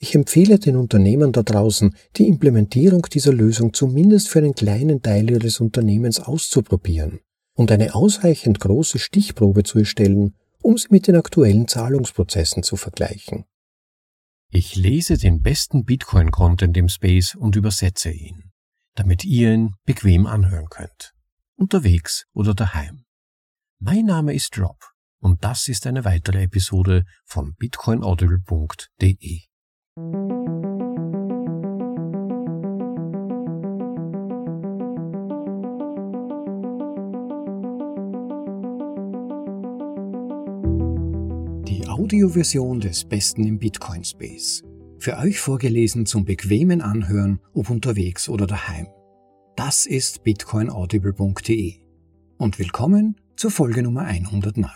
Ich empfehle den Unternehmern da draußen, die Implementierung dieser Lösung zumindest für einen kleinen Teil ihres Unternehmens auszuprobieren und eine ausreichend große Stichprobe zu erstellen, um sie mit den aktuellen Zahlungsprozessen zu vergleichen. Ich lese den besten Bitcoin-Content im Space und übersetze ihn, damit ihr ihn bequem anhören könnt, unterwegs oder daheim. Mein Name ist Rob und das ist eine weitere Episode von bitcoinaudible.de. Die Audioversion des Besten im Bitcoin-Space. Für euch vorgelesen zum bequemen Anhören, ob unterwegs oder daheim. Das ist bitcoinaudible.de. Und willkommen zur Folge Nummer 109.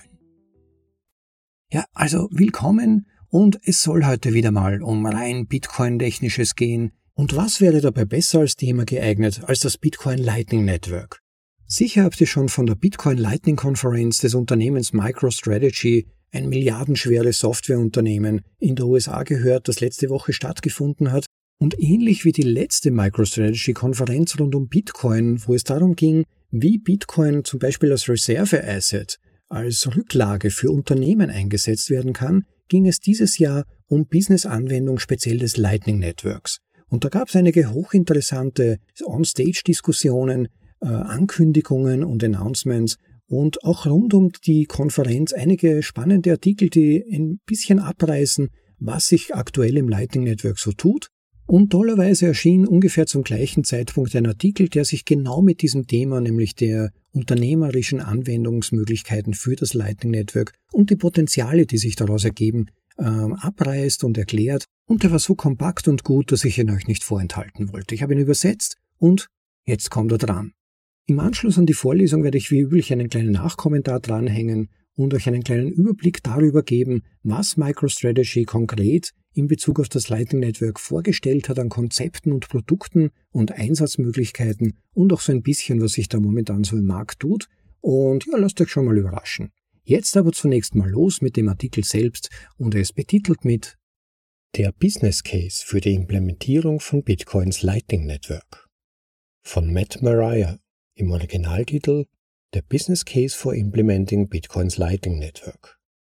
Ja, also willkommen und es soll heute wieder mal um rein Bitcoin-Technisches gehen. Und was wäre dabei besser als Thema geeignet als das Bitcoin Lightning Network? Sicher habt ihr schon von der Bitcoin Lightning Konferenz des Unternehmens MicroStrategy, ein milliardenschweres Softwareunternehmen in der USA, gehört, das letzte Woche stattgefunden hat. Und ähnlich wie die letzte MicroStrategy-Konferenz rund um Bitcoin, wo es darum ging, wie Bitcoin zum Beispiel als Reserve-Asset, als Rücklage für Unternehmen eingesetzt werden kann, ging es dieses Jahr um Business-Anwendung speziell des Lightning Networks. Und da gab es einige hochinteressante On-Stage-Diskussionen, Ankündigungen und Announcements und auch rund um die Konferenz einige spannende Artikel, die ein bisschen abreißen, was sich aktuell im Lightning Network so tut. Und tollerweise erschien ungefähr zum gleichen Zeitpunkt ein Artikel, der sich genau mit diesem Thema, nämlich der unternehmerischen Anwendungsmöglichkeiten für das Lightning Network und die Potenziale, die sich daraus ergeben, abreißt und erklärt. Und der war so kompakt und gut, dass ich ihn euch nicht vorenthalten wollte. Ich habe ihn übersetzt und jetzt kommt er dran. Im Anschluss an die Vorlesung werde ich wie üblich einen kleinen Nachkommentar dranhängen und euch einen kleinen Überblick darüber geben, was MicroStrategy konkret in Bezug auf das Lightning Network vorgestellt hat an Konzepten und Produkten und Einsatzmöglichkeiten und auch so ein bisschen, was sich da momentan so im Markt tut. Und ja, lasst euch schon mal überraschen. Jetzt aber zunächst mal los mit dem Artikel selbst und er ist betitelt mit Der Business Case für die Implementierung von Bitcoins Lightning Network von Matt Mariah, im Originaltitel The Business Case for Implementing Bitcoins Lightning Network.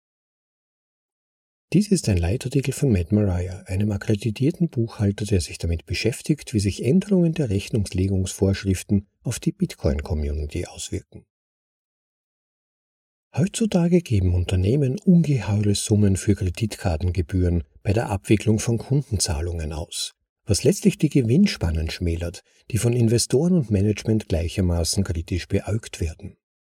Dies ist ein Leitartikel von Matt Mariah, einem akkreditierten Buchhalter, der sich damit beschäftigt, wie sich Änderungen der Rechnungslegungsvorschriften auf die Bitcoin-Community auswirken. Heutzutage geben Unternehmen ungeheure Summen für Kreditkartengebühren bei der Abwicklung von Kundenzahlungen aus, was letztlich die Gewinnspannen schmälert, die von Investoren und Management gleichermaßen kritisch beäugt werden.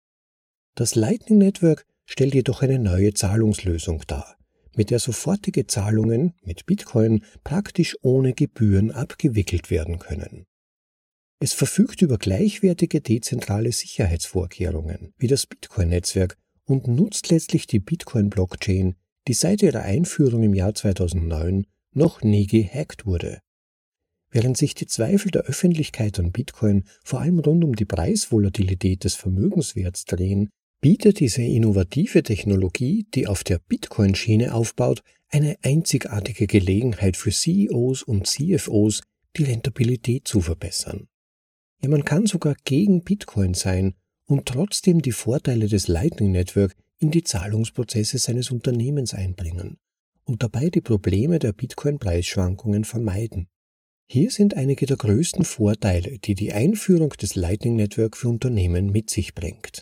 Das Lightning Network stellt jedoch eine neue Zahlungslösung dar, mit der sofortige Zahlungen mit Bitcoin praktisch ohne Gebühren abgewickelt werden können. Es verfügt über gleichwertige dezentrale Sicherheitsvorkehrungen wie das Bitcoin-Netzwerk und nutzt letztlich die Bitcoin-Blockchain, die seit ihrer Einführung im Jahr 2009 noch nie gehackt wurde. Während sich die Zweifel der Öffentlichkeit an Bitcoin vor allem rund um die Preisvolatilität des Vermögenswerts drehen, bietet diese innovative Technologie, die auf der Bitcoin-Schiene aufbaut, eine einzigartige Gelegenheit für CEOs und CFOs, die Rentabilität zu verbessern. Ja, man kann sogar gegen Bitcoin sein und trotzdem die Vorteile des Lightning Network in die Zahlungsprozesse seines Unternehmens einbringen und dabei die Probleme der Bitcoin-Preisschwankungen vermeiden. Hier sind einige der größten Vorteile, die die Einführung des Lightning Network für Unternehmen mit sich bringt.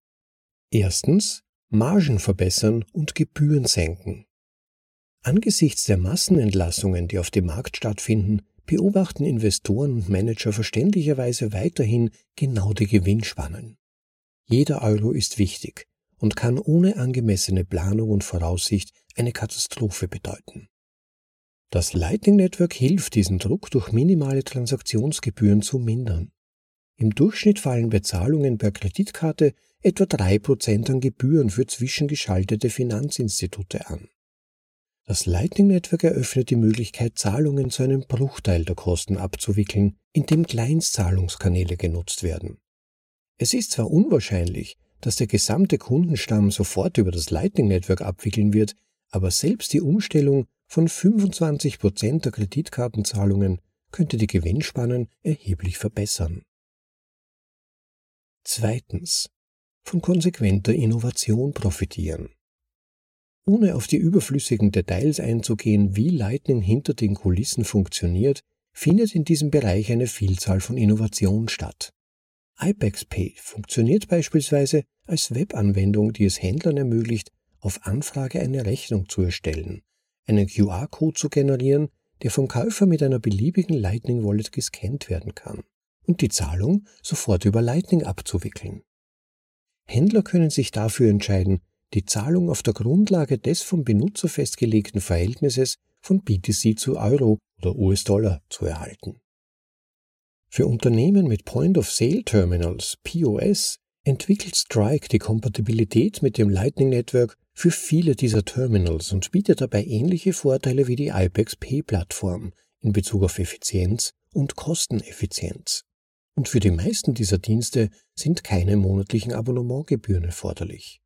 Erstens, Margen verbessern und Gebühren senken. Angesichts der Massenentlassungen, die auf dem Markt stattfinden, beobachten Investoren und Manager verständlicherweise weiterhin genau die Gewinnspannen. Jeder Euro ist wichtig und kann ohne angemessene Planung und Voraussicht eine Katastrophe bedeuten. Das Lightning Network hilft, diesen Druck durch minimale Transaktionsgebühren zu mindern. Im Durchschnitt fallen bei Zahlungen per Kreditkarte etwa 3% an Gebühren für zwischengeschaltete Finanzinstitute an. Das Lightning Network eröffnet die Möglichkeit, Zahlungen zu einem Bruchteil der Kosten abzuwickeln, indem Kleinstzahlungskanäle genutzt werden. Es ist zwar unwahrscheinlich, dass der gesamte Kundenstamm sofort über das Lightning Network abwickeln wird, aber selbst die Umstellung von 25% der Kreditkartenzahlungen könnte die Gewinnspannen erheblich verbessern. Zweitens. Von konsequenter Innovation profitieren. Ohne auf die überflüssigen Details einzugehen, wie Lightning hinter den Kulissen funktioniert, findet in diesem Bereich eine Vielzahl von Innovationen statt. ibex Pay funktioniert beispielsweise als Webanwendung, die es Händlern ermöglicht, auf Anfrage eine Rechnung zu erstellen, einen QR-Code zu generieren, der vom Käufer mit einer beliebigen Lightning Wallet gescannt werden kann, und die Zahlung sofort über Lightning abzuwickeln. Händler können sich dafür entscheiden, die Zahlung auf der Grundlage des vom Benutzer festgelegten Verhältnisses von BTC zu Euro oder US-Dollar zu erhalten. Für Unternehmen mit Point-of-Sale-Terminals, POS, entwickelt Strike die Kompatibilität mit dem Lightning Network für viele dieser Terminals und bietet dabei ähnliche Vorteile wie die ibex Pay-Plattform in Bezug auf Effizienz und Kosteneffizienz. Und für die meisten dieser Dienste sind keine monatlichen Abonnementgebühren erforderlich.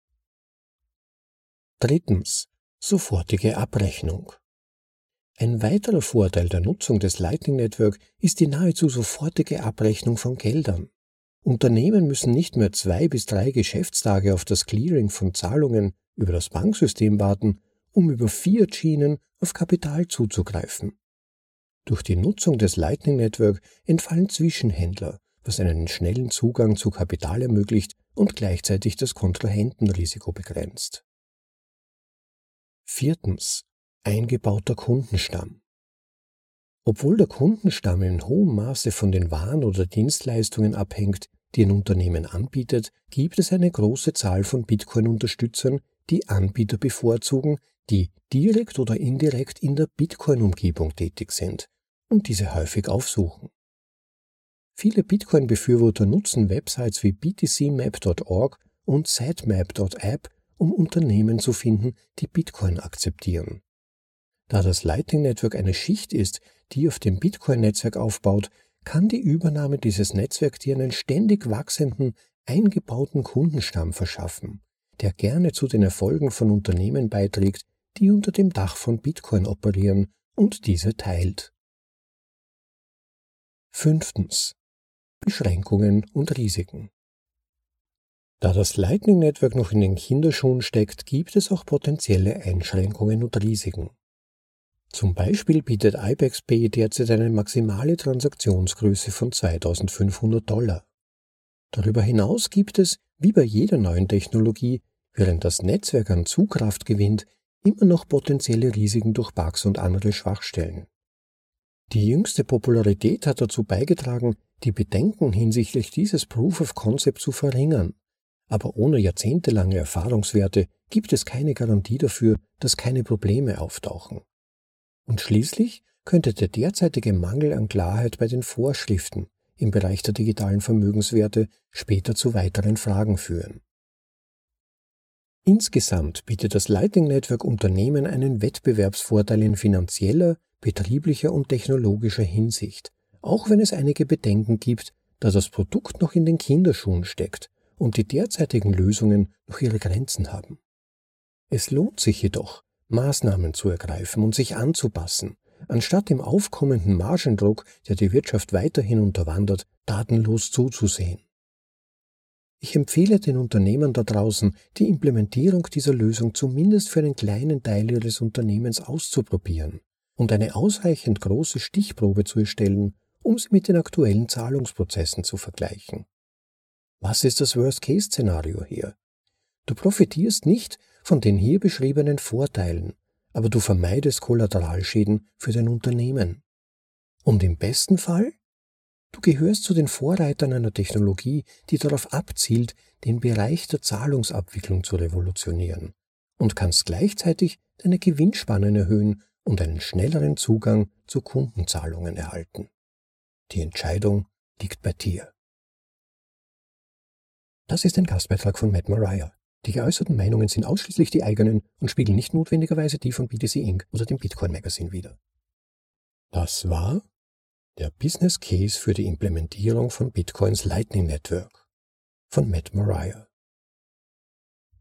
Drittens. Sofortige Abrechnung. Ein weiterer Vorteil der Nutzung des Lightning Network ist die nahezu sofortige Abrechnung von Geldern. Unternehmen müssen nicht mehr 2 bis 3 Geschäftstage auf das Clearing von Zahlungen über das Banksystem warten, um über Fiat-Schienen auf Kapital zuzugreifen. Durch die Nutzung des Lightning Network entfallen Zwischenhändler, was einen schnellen Zugang zu Kapital ermöglicht und gleichzeitig das Kontrahentenrisiko begrenzt. Viertens. Eingebauter Kundenstamm. Obwohl der Kundenstamm in hohem Maße von den Waren oder Dienstleistungen abhängt, die ein Unternehmen anbietet, gibt es eine große Zahl von Bitcoin-Unterstützern, die Anbieter bevorzugen, die direkt oder indirekt in der Bitcoin-Umgebung tätig sind und diese häufig aufsuchen. Viele Bitcoin-Befürworter nutzen Websites wie btcmap.org und setmap.app, um Unternehmen zu finden, die Bitcoin akzeptieren. Da das Lightning Network eine Schicht ist, die auf dem Bitcoin-Netzwerk aufbaut, kann die Übernahme dieses Netzwerks dir einen ständig wachsenden, eingebauten Kundenstamm verschaffen, der gerne zu den Erfolgen von Unternehmen beiträgt, die unter dem Dach von Bitcoin operieren und diese teilt. Fünftens. Beschränkungen und Risiken. Da das Lightning Network noch in den Kinderschuhen steckt, gibt es auch potenzielle Einschränkungen und Risiken. Zum Beispiel bietet ibex Pay derzeit eine maximale Transaktionsgröße von $2.500. Darüber hinaus gibt es, wie bei jeder neuen Technologie, während das Netzwerk an Zugkraft gewinnt, immer noch potenzielle Risiken durch Bugs und andere Schwachstellen. Die jüngste Popularität hat dazu beigetragen, die Bedenken hinsichtlich dieses Proof of Concept zu verringern. Aber ohne jahrzehntelange Erfahrungswerte gibt es keine Garantie dafür, dass keine Probleme auftauchen. Und schließlich könnte der derzeitige Mangel an Klarheit bei den Vorschriften im Bereich der digitalen Vermögenswerte später zu weiteren Fragen führen. Insgesamt bietet das Lightning Network Unternehmen einen Wettbewerbsvorteil in finanzieller, betrieblicher und technologischer Hinsicht, auch wenn es einige Bedenken gibt, da das Produkt noch in den Kinderschuhen steckt und die derzeitigen Lösungen noch ihre Grenzen haben. Es lohnt sich jedoch, Maßnahmen zu ergreifen und sich anzupassen, anstatt dem aufkommenden Margendruck, der die Wirtschaft weiterhin unterwandert, tatenlos zuzusehen. Ich empfehle den Unternehmern da draußen, die Implementierung dieser Lösung zumindest für einen kleinen Teil ihres Unternehmens auszuprobieren und eine ausreichend große Stichprobe zu erstellen, um sie mit den aktuellen Zahlungsprozessen zu vergleichen. Was ist das Worst-Case-Szenario hier? Du profitierst nicht von den hier beschriebenen Vorteilen, aber du vermeidest Kollateralschäden für dein Unternehmen. Und im besten Fall? Du gehörst zu den Vorreitern einer Technologie, die darauf abzielt, den Bereich der Zahlungsabwicklung zu revolutionieren und kannst gleichzeitig deine Gewinnspannen erhöhen und einen schnelleren Zugang zu Kundenzahlungen erhalten. Die Entscheidung liegt bei dir. Das ist ein Gastbeitrag von Matt Mariah. Die geäußerten Meinungen sind ausschließlich die eigenen und spiegeln nicht notwendigerweise die von BTC Inc. oder dem Bitcoin Magazine wider. Das war der Business Case für die Implementierung von Bitcoins Lightning Network von Matt Mariah.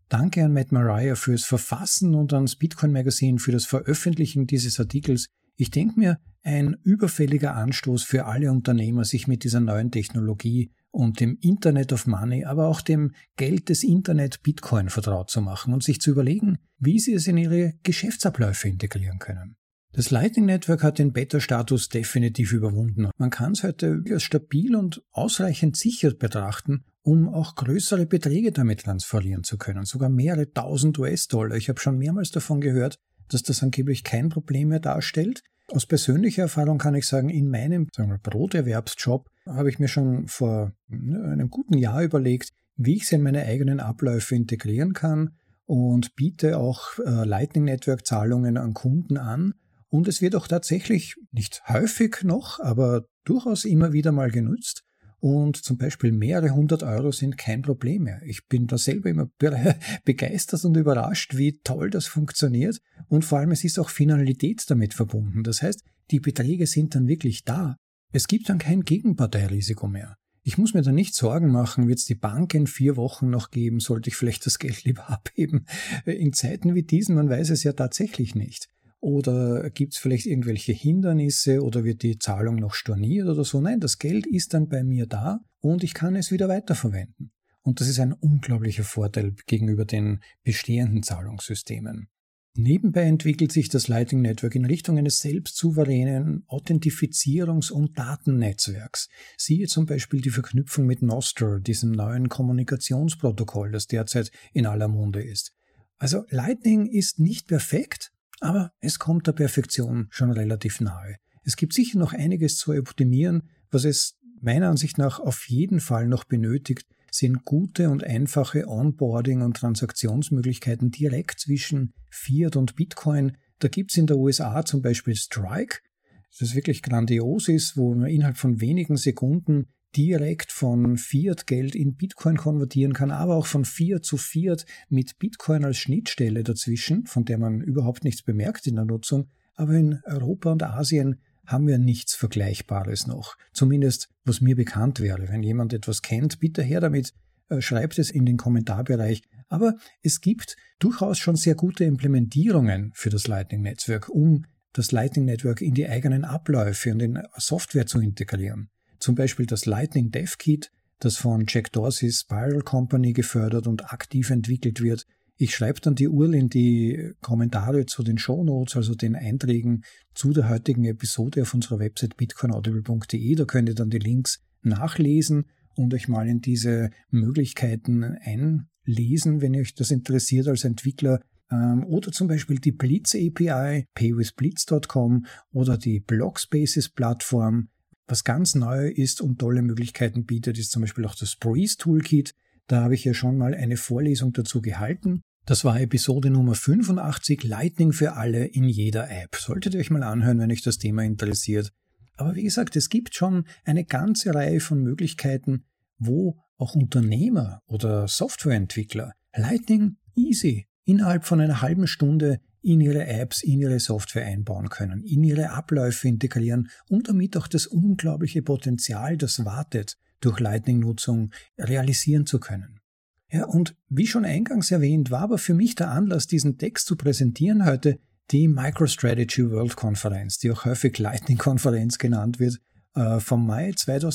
Danke an Matt Mariah fürs Verfassen und ans Bitcoin Magazine für das Veröffentlichen dieses Artikels. Ich denke mir, ein überfälliger Anstoß für alle Unternehmer, sich mit dieser neuen Technologie und dem Internet of Money, aber auch dem Geld des Internet Bitcoin vertraut zu machen und sich zu überlegen, wie sie es in ihre Geschäftsabläufe integrieren können. Das Lightning Network hat den Beta-Status definitiv überwunden. Man kann es heute als stabil und ausreichend sicher betrachten, um auch größere Beträge damit transferieren zu können, sogar mehrere tausend US-Dollar. Ich habe schon mehrmals davon gehört, dass das angeblich kein Problem mehr darstellt. Aus persönlicher Erfahrung kann ich sagen, in meinem Broterwerbsjob habe ich mir schon vor einem guten Jahr überlegt, wie ich es in meine eigenen Abläufe integrieren kann und biete auch Lightning Network Zahlungen an Kunden an. Und es wird auch tatsächlich nicht häufig noch, aber durchaus immer wieder mal genutzt. Und zum Beispiel mehrere 100 Euro sind kein Problem mehr. Ich bin da selber immer begeistert und überrascht, wie toll das funktioniert. Und vor allem, es ist auch Finalität damit verbunden. Das heißt, die Beträge sind dann wirklich da. Es gibt dann kein Gegenparteirisiko mehr. Ich muss mir dann nicht Sorgen machen, wird es die Bank in 4 Wochen noch geben, sollte ich vielleicht das Geld lieber abheben. In Zeiten wie diesen, man weiß es ja tatsächlich nicht. Oder gibt es vielleicht irgendwelche Hindernisse oder wird die Zahlung noch storniert oder so? Nein, das Geld ist dann bei mir da und ich kann es wieder weiterverwenden. Und das ist ein unglaublicher Vorteil gegenüber den bestehenden Zahlungssystemen. Nebenbei entwickelt sich das Lightning Network in Richtung eines selbstsouveränen Authentifizierungs- und Datennetzwerks. Siehe zum Beispiel die Verknüpfung mit Nostr, diesem neuen Kommunikationsprotokoll, das derzeit in aller Munde ist. Also Lightning ist nicht perfekt, aber es kommt der Perfektion schon relativ nahe. Es gibt sicher noch einiges zu optimieren. Was es meiner Ansicht nach auf jeden Fall noch benötigt, sind gute und einfache Onboarding- und Transaktionsmöglichkeiten direkt zwischen Fiat und Bitcoin. Da gibt es in der USA zum Beispiel Strike, das wirklich grandios ist, wo man innerhalb von wenigen Sekunden direkt von Fiat-Geld in Bitcoin konvertieren kann, aber auch von Fiat zu Fiat mit Bitcoin als Schnittstelle dazwischen, von der man überhaupt nichts bemerkt in der Nutzung. Aber in Europa und Asien haben wir nichts Vergleichbares noch. Zumindest, was mir bekannt wäre. Wenn jemand etwas kennt, bitte her damit, schreibt es in den Kommentarbereich. Aber es gibt durchaus schon sehr gute Implementierungen für das Lightning-Netzwerk, um das Lightning-Network in die eigenen Abläufe und in Software zu integrieren. Zum Beispiel das Lightning Dev Kit, das von Jack Dorsey's Spiral Company gefördert und aktiv entwickelt wird. Ich schreibe dann die URL in die Kommentare zu den Shownotes, also den Einträgen zu der heutigen Episode auf unserer Website bitcoinaudible.de. Da könnt ihr dann die Links nachlesen und euch mal in diese Möglichkeiten einlesen, wenn euch das interessiert als Entwickler. Oder zum Beispiel die Blitz API, paywithblitz.com oder die Blockspaces-Plattform. Was ganz neu ist und tolle Möglichkeiten bietet, ist zum Beispiel auch das Breeze Toolkit. Da habe ich ja schon mal eine Vorlesung dazu gehalten. Das war Episode Nummer 85, Lightning für alle in jeder App. Solltet ihr euch mal anhören, wenn euch das Thema interessiert. Aber wie gesagt, es gibt schon eine ganze Reihe von Möglichkeiten, wo auch Unternehmer oder Softwareentwickler Lightning easy innerhalb von einer halben Stunde in ihre Apps, in ihre Software einbauen können, in ihre Abläufe integrieren und damit auch das unglaubliche Potenzial, das wartet, durch Lightning-Nutzung realisieren zu können. Ja, und wie schon eingangs erwähnt, war aber für mich der Anlass, diesen Text zu präsentieren heute, die MicroStrategy World Konferenz, die auch häufig Lightning-Konferenz genannt wird, vom Mai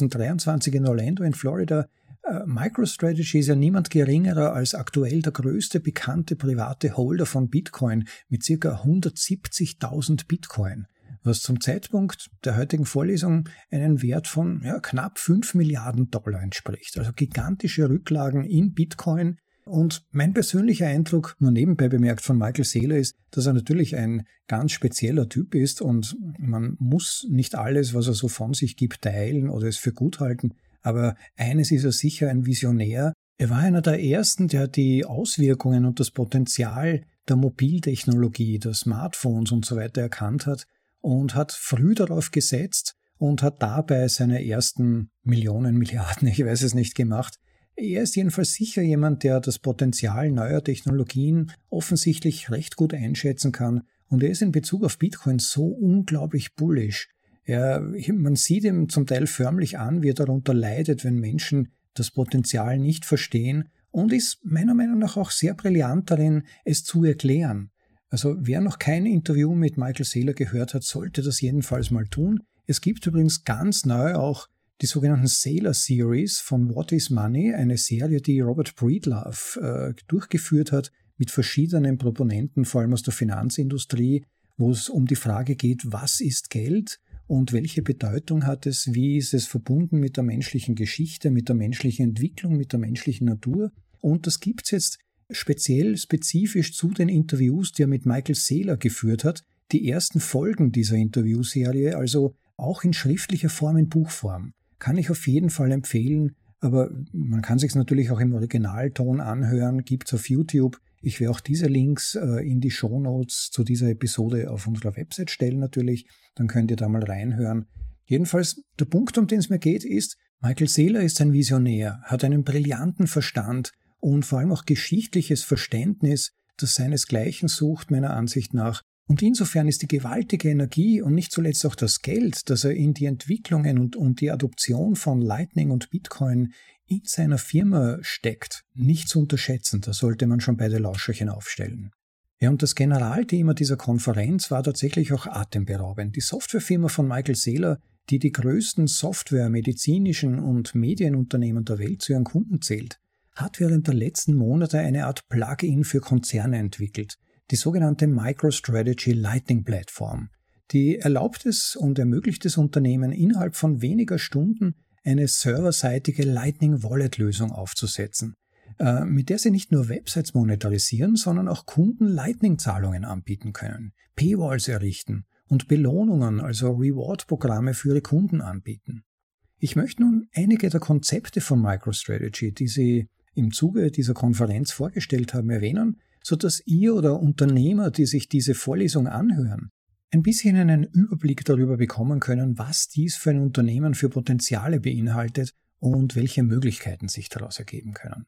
2023 in Orlando in Florida. MicroStrategy ist ja niemand geringerer als aktuell der größte bekannte private Holder von Bitcoin mit ca. 170.000 Bitcoin, was zum Zeitpunkt der heutigen Vorlesung einen Wert von knapp 5 Milliarden Dollar entspricht. Also gigantische Rücklagen in Bitcoin. Und mein persönlicher Eindruck, nur nebenbei bemerkt, von Michael Saylor ist, dass er natürlich ein ganz spezieller Typ ist und man muss nicht alles, was er so von sich gibt, teilen oder es für gut halten. Aber eines ist er sicher, ein Visionär. Er war einer der Ersten, der die Auswirkungen und das Potenzial der Mobiltechnologie, der Smartphones und so weiter erkannt hat und hat früh darauf gesetzt und hat dabei seine ersten Millionen, Milliarden, ich weiß es nicht, gemacht. Er ist jedenfalls sicher jemand, der das Potenzial neuer Technologien offensichtlich recht gut einschätzen kann und er ist in Bezug auf Bitcoin so unglaublich bullish. Man sieht ihm zum Teil förmlich an, wie er darunter leidet, wenn Menschen das Potenzial nicht verstehen und ist meiner Meinung nach auch sehr brillant darin, es zu erklären. Also wer noch kein Interview mit Michael Saylor gehört hat, sollte das jedenfalls mal tun. Es gibt übrigens ganz neu auch die sogenannten Saylor Series von What is Money, eine Serie, die Robert Breedlove durchgeführt hat mit verschiedenen Proponenten, vor allem aus der Finanzindustrie, wo es um die Frage geht, was ist Geld und welche Bedeutung hat es, wie ist es verbunden mit der menschlichen Geschichte, mit der menschlichen Entwicklung, mit der menschlichen Natur. Und das gibt es jetzt spezifisch zu den Interviews, die er mit Michael Saylor geführt hat, die ersten Folgen dieser Interviewserie, also auch in schriftlicher Form, in Buchform. Kann ich auf jeden Fall empfehlen, aber man kann sich es natürlich auch im Originalton anhören, gibt es auf YouTube. Ich werde auch diese Links in die Shownotes zu dieser Episode auf unserer Website stellen natürlich, dann könnt ihr da mal reinhören. Jedenfalls, der Punkt, um den es mir geht, ist, Michael Saylor ist ein Visionär, hat einen brillanten Verstand und vor allem auch geschichtliches Verständnis, das seinesgleichen sucht, meiner Ansicht nach. Und insofern ist die gewaltige Energie und nicht zuletzt auch das Geld, das er in die Entwicklungen und die Adoption von Lightning und Bitcoin in seiner Firma steckt, nicht zu unterschätzen. Da sollte man schon beide Lauscherchen aufstellen. Ja, und das Generalthema dieser Konferenz war tatsächlich auch atemberaubend. Die Softwarefirma von Michael Saylor, die die größten Software-, medizinischen und Medienunternehmen der Welt zu ihren Kunden zählt, hat während der letzten Monate eine Art Plugin für Konzerne entwickelt. Die sogenannte MicroStrategy Lightning Plattform. Die erlaubt es und ermöglicht es Unternehmen innerhalb von weniger Stunden eine serverseitige Lightning Wallet Lösung aufzusetzen, mit der sie nicht nur Websites monetarisieren, sondern auch Kunden Lightning Zahlungen anbieten können, Paywalls errichten und Belohnungen, also Reward-Programme für ihre Kunden anbieten. Ich möchte nun einige der Konzepte von MicroStrategy, die sie im Zuge dieser Konferenz vorgestellt haben, erwähnen, sodass ihr oder Unternehmer, die sich diese Vorlesung anhören, ein bisschen einen Überblick darüber bekommen können, was dies für ein Unternehmen für Potenziale beinhaltet und welche Möglichkeiten sich daraus ergeben können.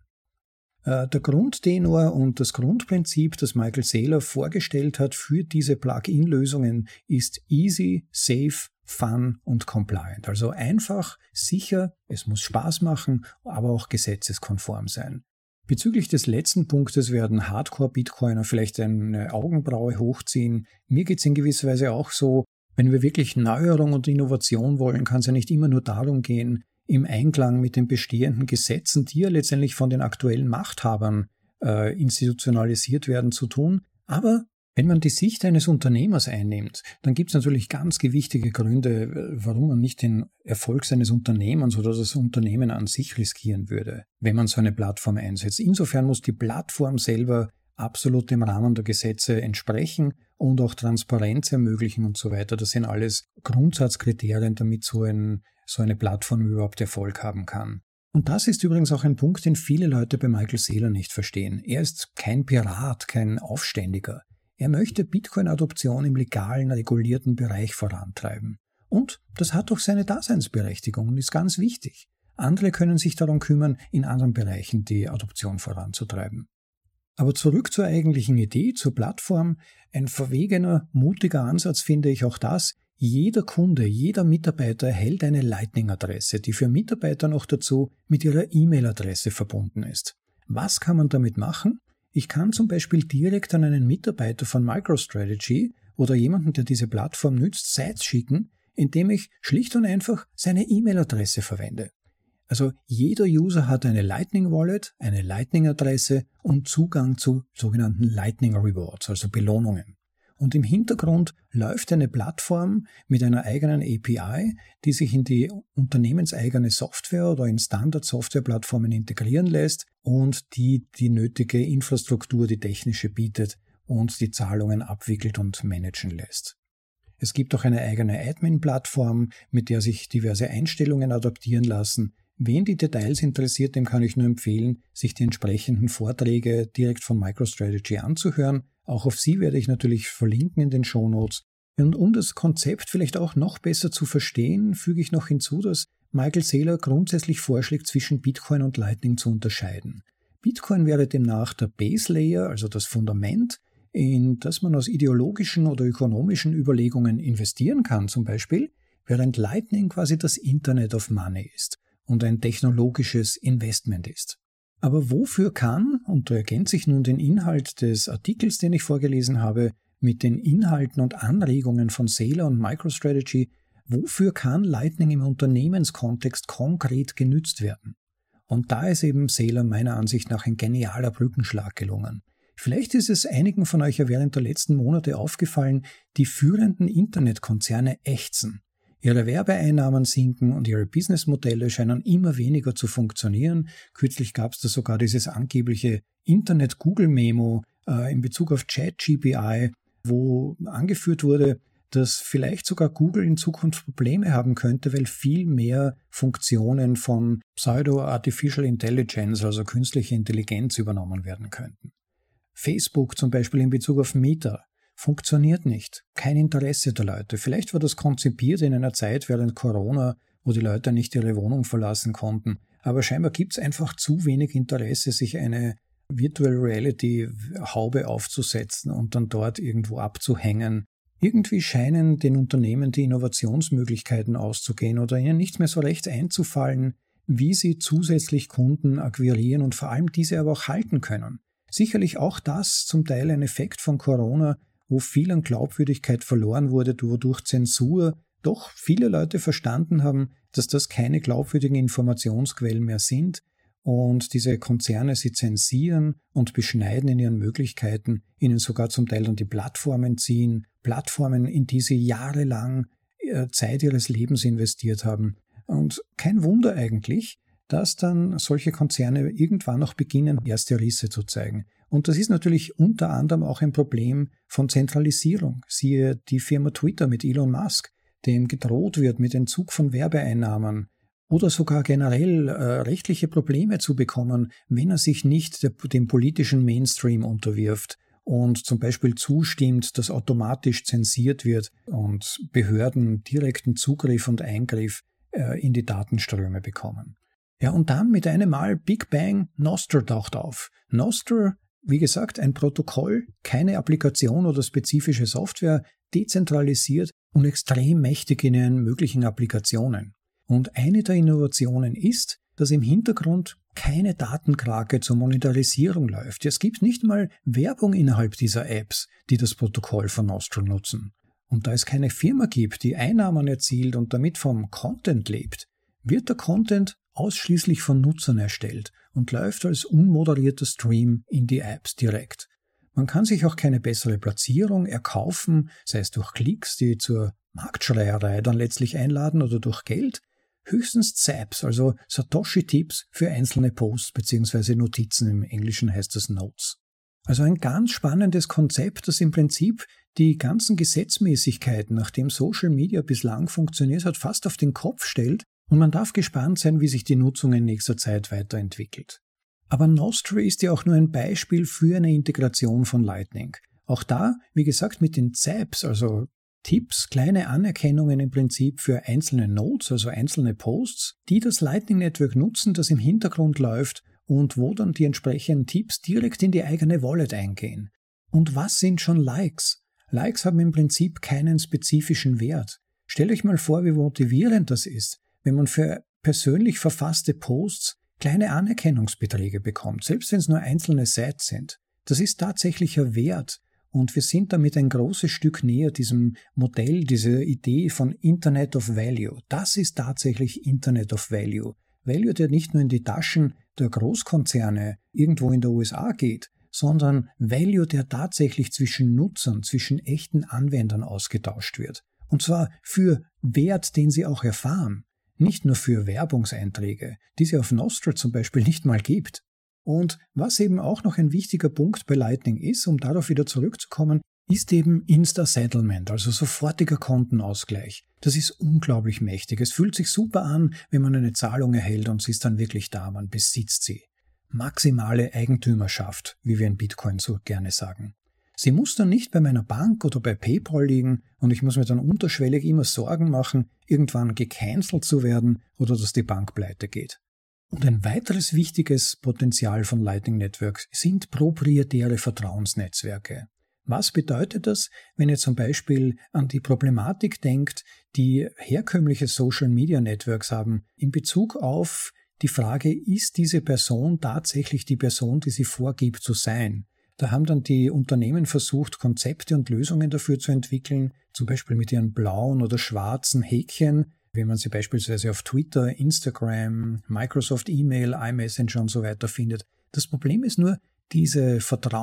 Der Grundtenor und das Grundprinzip, das Michael Saylor vorgestellt hat für diese Plugin-Lösungen, ist easy, safe, fun und compliant. Also einfach, sicher, es muss Spaß machen, aber auch gesetzeskonform sein. Bezüglich des letzten Punktes werden Hardcore-Bitcoiner vielleicht eine Augenbraue hochziehen. Mir geht es in gewisser Weise auch so, wenn wir wirklich Neuerung und Innovation wollen, kann es ja nicht immer nur darum gehen, im Einklang mit den bestehenden Gesetzen, die ja letztendlich von den aktuellen Machthabern institutionalisiert werden, zu tun. Aber wenn man die Sicht eines Unternehmers einnimmt, dann gibt es natürlich ganz gewichtige Gründe, warum man nicht den Erfolg seines Unternehmens oder das Unternehmen an sich riskieren würde, wenn man so eine Plattform einsetzt. Insofern muss die Plattform selber absolut dem Rahmen der Gesetze entsprechen und auch Transparenz ermöglichen und so weiter. Das sind alles Grundsatzkriterien, damit so eine Plattform überhaupt Erfolg haben kann. Und das ist übrigens auch ein Punkt, den viele Leute bei Michael Saylor nicht verstehen. Er ist kein Pirat, kein Aufständiger. Er möchte Bitcoin-Adoption im legalen, regulierten Bereich vorantreiben. Und das hat auch seine Daseinsberechtigung und ist ganz wichtig. Andere können sich darum kümmern, in anderen Bereichen die Adoption voranzutreiben. Aber zurück zur eigentlichen Idee, zur Plattform. Ein verwegener, mutiger Ansatz finde ich auch das. Jeder Kunde, jeder Mitarbeiter erhält eine Lightning-Adresse, die für Mitarbeiter noch dazu mit ihrer E-Mail-Adresse verbunden ist. Was kann man damit machen? Ich kann zum Beispiel direkt an einen Mitarbeiter von MicroStrategy oder jemanden, der diese Plattform nützt, Sites schicken, indem ich schlicht und einfach seine E-Mail-Adresse verwende. Also jeder User hat eine Lightning Wallet, eine Lightning-Adresse und Zugang zu sogenannten Lightning Rewards, also Belohnungen. Und im Hintergrund läuft eine Plattform mit einer eigenen API, die sich in die unternehmenseigene Software oder in Standard-Software-Plattformen integrieren lässt und die nötige Infrastruktur, die technische bietet und die Zahlungen abwickelt und managen lässt. Es gibt auch eine eigene Admin-Plattform, mit der sich diverse Einstellungen adaptieren lassen. Wen die Details interessiert, dem kann ich nur empfehlen, sich die entsprechenden Vorträge direkt von MicroStrategy anzuhören. Auch auf sie werde ich natürlich verlinken in den Shownotes. Und um das Konzept vielleicht auch noch besser zu verstehen, füge ich noch hinzu, dass Michael Saylor grundsätzlich vorschlägt, zwischen Bitcoin und Lightning zu unterscheiden. Bitcoin wäre demnach der Base Layer, also das Fundament, in das man aus ideologischen oder ökonomischen Überlegungen investieren kann zum Beispiel, während Lightning quasi das Internet of Money ist und ein technologisches Investment ist. Aber wofür kann, und da ergänzt sich nun den Inhalt des Artikels, den ich vorgelesen habe, mit den Inhalten und Anregungen von Saylor und MicroStrategy, wofür kann Lightning im Unternehmenskontext konkret genützt werden? Und da ist eben Saylor meiner Ansicht nach ein genialer Brückenschlag gelungen. Vielleicht ist es einigen von euch ja während der letzten Monate aufgefallen, die führenden Internetkonzerne ächzen. Ihre Werbeeinnahmen sinken und ihre Businessmodelle scheinen immer weniger zu funktionieren. Kürzlich gab es da sogar dieses angebliche Internet-Google-Memo in Bezug auf ChatGPT, wo angeführt wurde, dass vielleicht sogar Google in Zukunft Probleme haben könnte, weil viel mehr Funktionen von Pseudo-Artificial Intelligence, also künstliche Intelligenz, übernommen werden könnten. Facebook zum Beispiel in Bezug auf Meta funktioniert nicht. Kein Interesse der Leute. Vielleicht war das konzipiert in einer Zeit während Corona, wo die Leute nicht ihre Wohnung verlassen konnten. Aber scheinbar gibt es einfach zu wenig Interesse, sich eine Virtual Reality Haube aufzusetzen und dann dort irgendwo abzuhängen. Irgendwie scheinen den Unternehmen die Innovationsmöglichkeiten auszugehen oder ihnen nicht mehr so recht einzufallen, wie sie zusätzlich Kunden akquirieren und vor allem diese aber auch halten können. Sicherlich auch das zum Teil ein Effekt von Corona, wo viel an Glaubwürdigkeit verloren wurde, wodurch Zensur doch viele Leute verstanden haben, dass das keine glaubwürdigen Informationsquellen mehr sind und diese Konzerne sie zensieren und beschneiden in ihren Möglichkeiten, ihnen sogar zum Teil dann die Plattformen ziehen, Plattformen, in die sie jahrelang Zeit ihres Lebens investiert haben. Und kein Wunder eigentlich, dass dann solche Konzerne irgendwann noch beginnen, erste Risse zu zeigen. Und das ist natürlich unter anderem auch ein Problem von Zentralisierung. Siehe die Firma Twitter mit Elon Musk, dem gedroht wird mit Entzug von Werbeeinnahmen oder sogar generell rechtliche Probleme zu bekommen, wenn er sich nicht dem politischen Mainstream unterwirft und zum Beispiel zustimmt, dass automatisch zensiert wird und Behörden direkten Zugriff und Eingriff in die Datenströme bekommen. Ja, und dann mit einem Mal Big Bang, Nostr taucht auf. Nostr, wie gesagt, ein Protokoll, keine Applikation oder spezifische Software, dezentralisiert und extrem mächtig in ihren möglichen Applikationen. Und eine der Innovationen ist, dass im Hintergrund keine Datenkrake zur Monetarisierung läuft. Es gibt nicht mal Werbung innerhalb dieser Apps, die das Protokoll von Nostr nutzen. Und da es keine Firma gibt, die Einnahmen erzielt und damit vom Content lebt, wird der Content ausschließlich von Nutzern erstellt und läuft als unmoderierter Stream in die Apps direkt. Man kann sich auch keine bessere Platzierung erkaufen, sei es durch Klicks, die zur Marktschreierei dann letztlich einladen oder durch Geld, höchstens Zaps, also Satoshi-Tipps für einzelne Posts bzw. Notizen, im Englischen heißt das Notes. Also ein ganz spannendes Konzept, das im Prinzip die ganzen Gesetzmäßigkeiten, nachdem Social Media bislang funktioniert hat, fast auf den Kopf stellt. Und man darf gespannt sein, wie sich die Nutzung in nächster Zeit weiterentwickelt. Aber Nostr ist ja auch nur ein Beispiel für eine Integration von Lightning. Auch da, wie gesagt, mit den Zaps, also Tipps, kleine Anerkennungen im Prinzip für einzelne Nodes, also einzelne Posts, die das Lightning Network nutzen, das im Hintergrund läuft und wo dann die entsprechenden Tipps direkt in die eigene Wallet eingehen. Und was sind schon Likes? Likes haben im Prinzip keinen spezifischen Wert. Stellt euch mal vor, wie motivierend das ist, wenn man für persönlich verfasste Posts kleine Anerkennungsbeträge bekommt, selbst wenn es nur einzelne Sites sind. Das ist tatsächlicher Wert und wir sind damit ein großes Stück näher diesem Modell, dieser Idee von Internet of Value. Das ist tatsächlich Internet of Value. Value, der nicht nur in die Taschen der Großkonzerne irgendwo in der USA geht, sondern Value, der tatsächlich zwischen Nutzern, zwischen echten Anwendern ausgetauscht wird. Und zwar für Wert, den sie auch erfahren. Nicht nur für Werbungseinträge, die es ja auf Nostr zum Beispiel nicht mal gibt. Und was eben auch noch ein wichtiger Punkt bei Lightning ist, um darauf wieder zurückzukommen, ist eben Insta-Settlement, also sofortiger Kontenausgleich. Das ist unglaublich mächtig. Es fühlt sich super an, wenn man eine Zahlung erhält und sie ist dann wirklich da, man besitzt sie. Maximale Eigentümerschaft, wie wir in Bitcoin so gerne sagen. Sie muss dann nicht bei meiner Bank oder bei PayPal liegen und ich muss mir dann unterschwellig immer Sorgen machen, irgendwann gecancelt zu werden oder dass die Bank pleite geht. Und ein weiteres wichtiges Potenzial von Lightning Networks sind proprietäre Vertrauensnetzwerke. Was bedeutet das, wenn ihr zum Beispiel an die Problematik denkt, die herkömmliche Social Media Networks haben in Bezug auf die Frage, ist diese Person tatsächlich die Person, die sie vorgibt zu sein? Da haben dann die Unternehmen versucht, Konzepte und Lösungen dafür zu entwickeln, zum Beispiel mit ihren blauen oder schwarzen Häkchen, wie man sie beispielsweise auf Twitter, Instagram, Microsoft E-Mail, iMessenger und so weiter findet. Das Problem ist nur, diese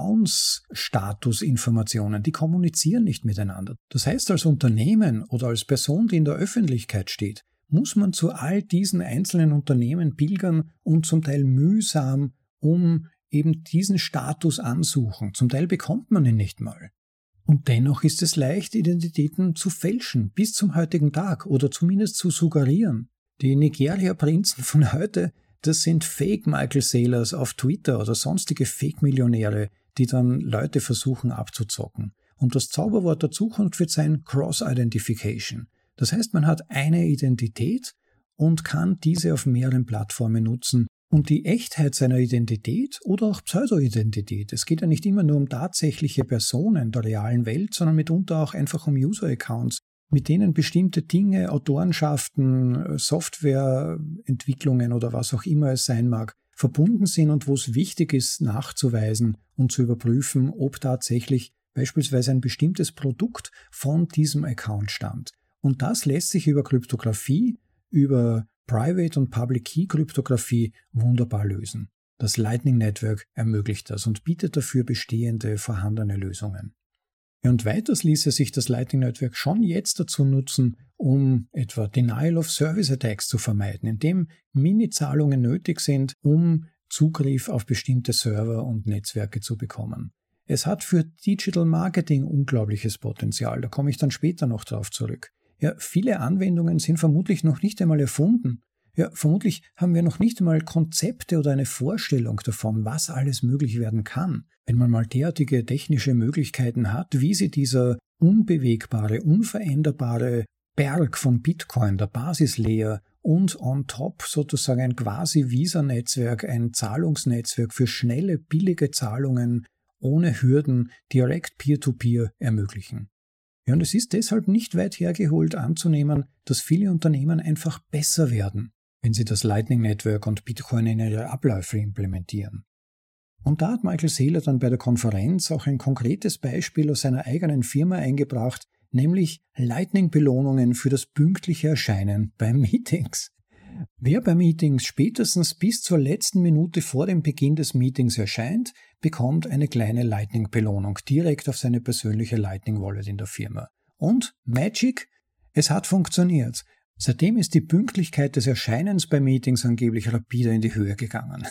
Vertrauensstatusinformationen, die kommunizieren nicht miteinander. Das heißt, als Unternehmen oder als Person, die in der Öffentlichkeit steht, muss man zu all diesen einzelnen Unternehmen pilgern und zum Teil mühsam um eben diesen Status ansuchen. Zum Teil bekommt man ihn nicht mal. Und dennoch ist es leicht, Identitäten zu fälschen, bis zum heutigen Tag oder zumindest zu suggerieren. Die Nigeria-Prinzen von heute, das sind Fake-Michael Saylors auf Twitter oder sonstige Fake-Millionäre, die dann Leute versuchen abzuzocken. Und das Zauberwort der Zukunft wird sein Cross-Identification. Das heißt, man hat eine Identität und kann diese auf mehreren Plattformen nutzen. Und die Echtheit seiner Identität oder auch Pseudo-Identität, es geht ja nicht immer nur um tatsächliche Personen der realen Welt, sondern mitunter auch einfach um User-Accounts, mit denen bestimmte Dinge, Autorenschaften, Softwareentwicklungen oder was auch immer es sein mag, verbunden sind und wo es wichtig ist, nachzuweisen und zu überprüfen, ob tatsächlich beispielsweise ein bestimmtes Produkt von diesem Account stammt. Und das lässt sich über Kryptographie, über Private und Public Key Kryptographie wunderbar lösen. Das Lightning Network ermöglicht das und bietet dafür bestehende, vorhandene Lösungen. Und weiters ließe sich das Lightning Network schon jetzt dazu nutzen, um etwa Denial-of-Service-Attacks zu vermeiden, indem Mini-Zahlungen nötig sind, um Zugriff auf bestimmte Server und Netzwerke zu bekommen. Es hat für Digital Marketing unglaubliches Potenzial, da komme ich dann später noch drauf zurück. Ja, viele Anwendungen sind vermutlich noch nicht einmal erfunden. Ja, vermutlich haben wir noch nicht einmal Konzepte oder eine Vorstellung davon, was alles möglich werden kann. Wenn man mal derartige technische Möglichkeiten hat, wie sie dieser unbewegbare, unveränderbare Berg von Bitcoin, der Basislayer und on top sozusagen ein Quasi-Visa-Netzwerk, ein Zahlungsnetzwerk für schnelle, billige Zahlungen ohne Hürden direkt Peer-to-Peer ermöglichen. Ja, und es ist deshalb nicht weit hergeholt anzunehmen, dass viele Unternehmen einfach besser werden, wenn sie das Lightning Network und Bitcoin in ihre Abläufe implementieren. Und da hat Michael Saylor dann bei der Konferenz auch ein konkretes Beispiel aus seiner eigenen Firma eingebracht, nämlich Lightning-Belohnungen für das pünktliche Erscheinen bei Meetings. Wer bei Meetings spätestens bis zur letzten Minute vor dem Beginn des Meetings erscheint, bekommt eine kleine Lightning-Belohnung direkt auf seine persönliche Lightning-Wallet in der Firma. Und Magic, es hat funktioniert. Seitdem ist die Pünktlichkeit des Erscheinens bei Meetings angeblich rapide in die Höhe gegangen.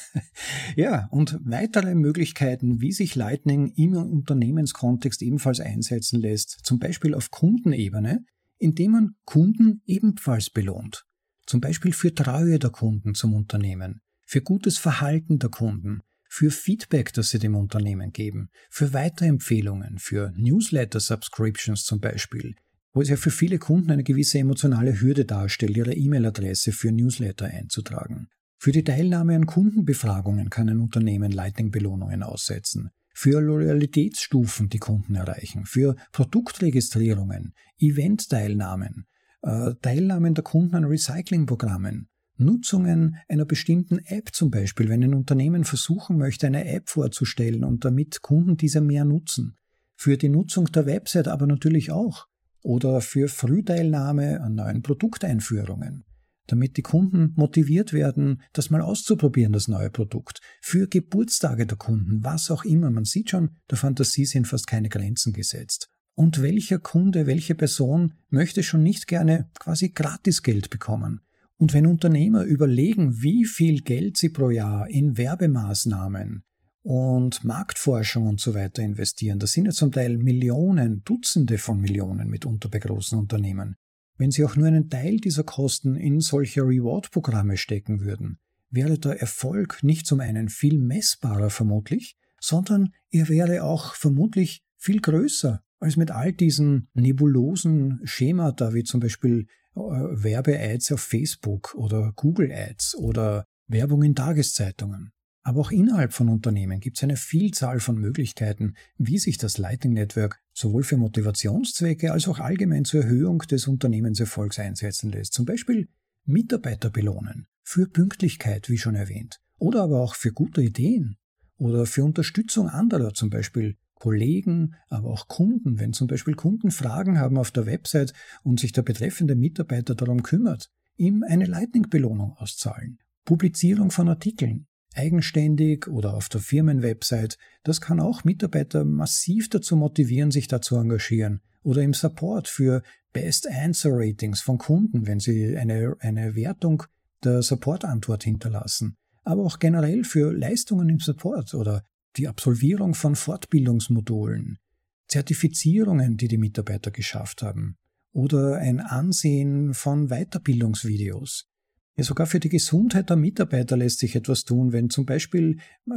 Ja, und weitere Möglichkeiten, wie sich Lightning im Unternehmenskontext ebenfalls einsetzen lässt, zum Beispiel auf Kundenebene, indem man Kunden ebenfalls belohnt. Zum Beispiel für Treue der Kunden zum Unternehmen, für gutes Verhalten der Kunden, für Feedback, das sie dem Unternehmen geben, für Weiterempfehlungen, für Newsletter-Subscriptions zum Beispiel, wo es ja für viele Kunden eine gewisse emotionale Hürde darstellt, ihre E-Mail-Adresse für Newsletter einzutragen. Für die Teilnahme an Kundenbefragungen kann ein Unternehmen Lightning-Belohnungen aussetzen, für Loyalitätsstufen, die Kunden erreichen, für Produktregistrierungen, Event-Teilnahmen, Teilnahmen der Kunden an Recyclingprogrammen, Nutzungen einer bestimmten App zum Beispiel, wenn ein Unternehmen versuchen möchte, eine App vorzustellen und damit Kunden diese mehr nutzen. Für die Nutzung der Website aber natürlich auch. Oder für Frühteilnahme an neuen Produkteinführungen, damit die Kunden motiviert werden, das mal auszuprobieren, das neue Produkt. Für Geburtstage der Kunden, was auch immer. Man sieht schon, der Fantasie sind fast keine Grenzen gesetzt. Und welcher Kunde, welche Person möchte schon nicht gerne quasi Gratisgeld bekommen? Und wenn Unternehmer überlegen, wie viel Geld sie pro Jahr in Werbemaßnahmen und Marktforschung und so weiter investieren, das sind ja zum Teil Millionen, Dutzende von Millionen mitunter bei großen Unternehmen. Wenn sie auch nur einen Teil dieser Kosten in solche Reward-Programme stecken würden, wäre der Erfolg nicht zum einen viel messbarer vermutlich, sondern er wäre auch vermutlich viel größer als mit all diesen nebulosen Schemata, wie zum Beispiel Werbe-Ads auf Facebook oder Google-Ads oder Werbung in Tageszeitungen. Aber auch innerhalb von Unternehmen gibt es eine Vielzahl von Möglichkeiten, wie sich das Lightning Network sowohl für Motivationszwecke als auch allgemein zur Erhöhung des Unternehmenserfolgs einsetzen lässt. Zum Beispiel Mitarbeiter belohnen. für Pünktlichkeit, wie schon erwähnt, oder aber auch für gute Ideen oder für Unterstützung anderer, zum Beispiel Kollegen, aber auch Kunden. Wenn zum Beispiel Kunden Fragen haben auf der Website und sich der betreffende Mitarbeiter darum kümmert, ihm eine Lightning-Belohnung auszahlen. Publizierung von Artikeln, eigenständig oder auf der Firmenwebsite, das kann auch Mitarbeiter massiv dazu motivieren, sich da zu engagieren. Oder im Support für Best Answer Ratings von Kunden, wenn sie eine Wertung der Support-Antwort hinterlassen. Aber auch generell für Leistungen im Support oder die Absolvierung von Fortbildungsmodulen, Zertifizierungen, die die Mitarbeiter geschafft haben oder ein Ansehen von Weiterbildungsvideos. Ja, sogar für die Gesundheit der Mitarbeiter lässt sich etwas tun, wenn zum Beispiel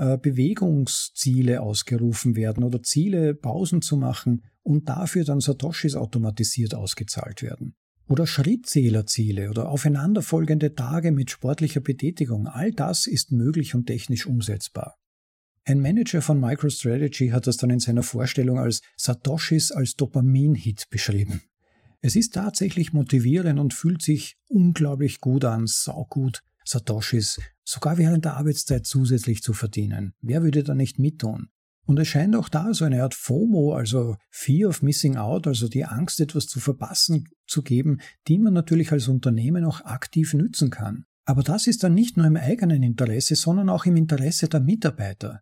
Bewegungsziele ausgerufen werden oder Ziele, Pausen zu machen und dafür dann Satoshis automatisiert ausgezahlt werden. Oder Schrittzählerziele oder aufeinanderfolgende Tage mit sportlicher Betätigung. All das ist möglich und technisch umsetzbar. Ein Manager von MicroStrategy hat das dann in seiner Vorstellung als Satoshis als Dopamin-Hit beschrieben. Es ist tatsächlich motivierend und fühlt sich unglaublich gut an, saugut, Satoshis sogar während der Arbeitszeit zusätzlich zu verdienen. Wer würde da nicht mittun? Und es scheint auch da so eine Art FOMO, also Fear of Missing Out, also die Angst, etwas zu verpassen, zu geben, die man natürlich als Unternehmen auch aktiv nützen kann. Aber das ist dann nicht nur im eigenen Interesse, sondern auch im Interesse der Mitarbeiter.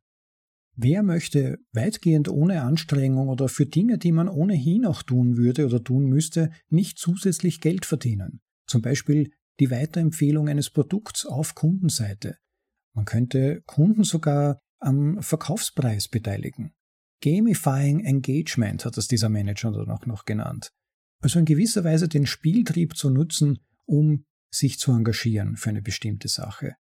Wer möchte weitgehend ohne Anstrengung oder für Dinge, die man ohnehin auch tun würde oder tun müsste, nicht zusätzlich Geld verdienen? Zum Beispiel die Weiterempfehlung eines Produkts auf Kundenseite. Man könnte Kunden sogar am Verkaufspreis beteiligen. Gamifying Engagement hat es dieser Manager dann auch noch genannt. Also in gewisser Weise den Spieltrieb zu nutzen, um sich zu engagieren für eine bestimmte Sache.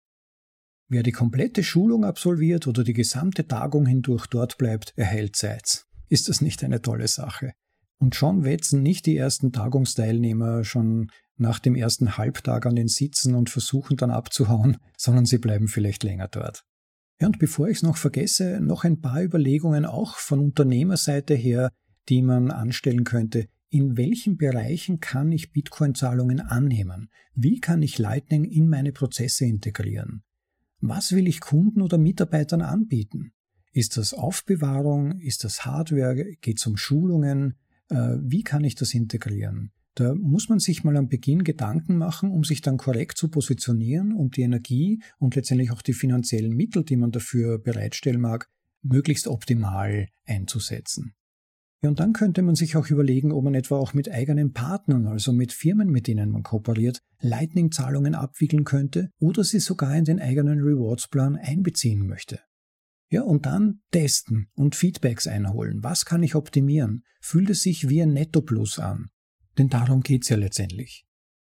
Wer die komplette Schulung absolviert oder die gesamte Tagung hindurch dort bleibt, erhält Zeit. Ist das nicht eine tolle Sache? Und schon wetzen nicht die ersten Tagungsteilnehmer schon nach dem ersten Halbtag an den Sitzen und versuchen dann abzuhauen, sondern sie bleiben vielleicht länger dort. Ja, und bevor ich es noch vergesse, noch ein paar Überlegungen auch von Unternehmerseite her, die man anstellen könnte. In welchen Bereichen kann ich Bitcoin-Zahlungen annehmen? Wie kann ich Lightning in meine Prozesse integrieren? Was will ich Kunden oder Mitarbeitern anbieten? Ist das Aufbewahrung? Ist das Hardware? Geht es um Schulungen? Wie kann ich das integrieren? Da muss man sich mal am Beginn Gedanken machen, um sich dann korrekt zu positionieren und die Energie und letztendlich auch die finanziellen Mittel, die man dafür bereitstellen mag, möglichst optimal einzusetzen. Ja, und dann könnte man sich auch überlegen, ob man etwa auch mit eigenen Partnern, also mit Firmen, mit denen man kooperiert, Lightning-Zahlungen abwickeln könnte oder sie sogar in den eigenen Rewards-Plan einbeziehen möchte. Ja, und dann testen und Feedbacks einholen. Was kann ich optimieren? Fühlt es sich wie ein Netto-Plus an? Denn darum geht's ja letztendlich.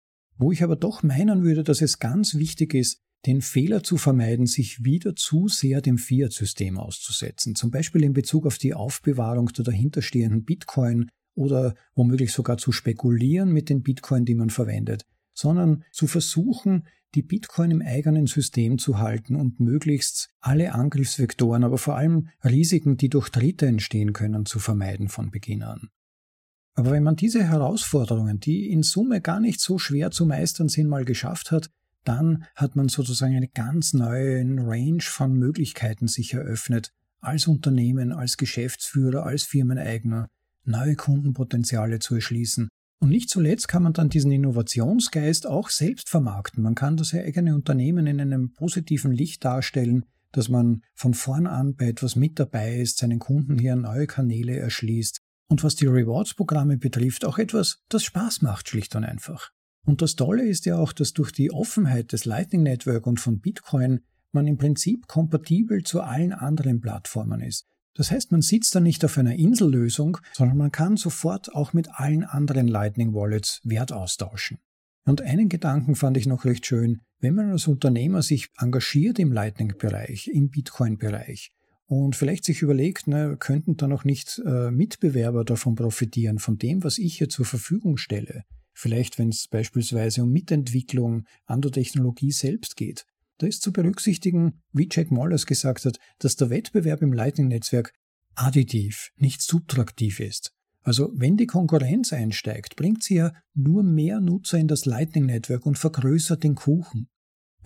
Wo ich aber doch meinen würde, dass es ganz wichtig ist, den Fehler zu vermeiden, sich wieder zu sehr dem Fiat-System auszusetzen, zum Beispiel in Bezug auf die Aufbewahrung der dahinterstehenden Bitcoin oder womöglich sogar zu spekulieren mit den Bitcoin, die man verwendet, sondern zu versuchen, die Bitcoin im eigenen System zu halten und möglichst alle Angriffsvektoren, aber vor allem Risiken, die durch Dritte entstehen können, zu vermeiden von Beginn an. Aber wenn man diese Herausforderungen, die in Summe gar nicht so schwer zu meistern sind, mal geschafft hat, dann hat man sozusagen eine ganz neue Range von Möglichkeiten sich eröffnet, als Unternehmen, als Geschäftsführer, als Firmeneigner, neue Kundenpotenziale zu erschließen. Und nicht zuletzt kann man dann diesen Innovationsgeist auch selbst vermarkten. Man kann das eigene Unternehmen in einem positiven Licht darstellen, dass man von vorn an bei etwas mit dabei ist, seinen Kunden hier neue Kanäle erschließt. Und was die Rewards-Programme betrifft, auch etwas, das Spaß macht, schlicht und einfach. Und das Tolle ist ja auch, dass durch die Offenheit des Lightning Network und von Bitcoin man im Prinzip kompatibel zu allen anderen Plattformen ist. Das heißt, man sitzt da nicht auf einer Insellösung, sondern man kann sofort auch mit allen anderen Lightning Wallets Wert austauschen. Und einen Gedanken fand ich noch recht schön, wenn man als Unternehmer sich engagiert im Lightning-Bereich, im Bitcoin-Bereich, und vielleicht sich überlegt, könnten da noch nicht Mitbewerber davon profitieren, von dem, was ich hier zur Verfügung stelle. Vielleicht, wenn es beispielsweise um Mitentwicklung an der Technologie selbst geht. Da ist zu berücksichtigen, wie Jack Mallers gesagt hat, dass der Wettbewerb im Lightning-Netzwerk additiv, nicht subtraktiv ist. Also wenn die Konkurrenz einsteigt, bringt sie ja nur mehr Nutzer in das Lightning-Netzwerk und vergrößert den Kuchen.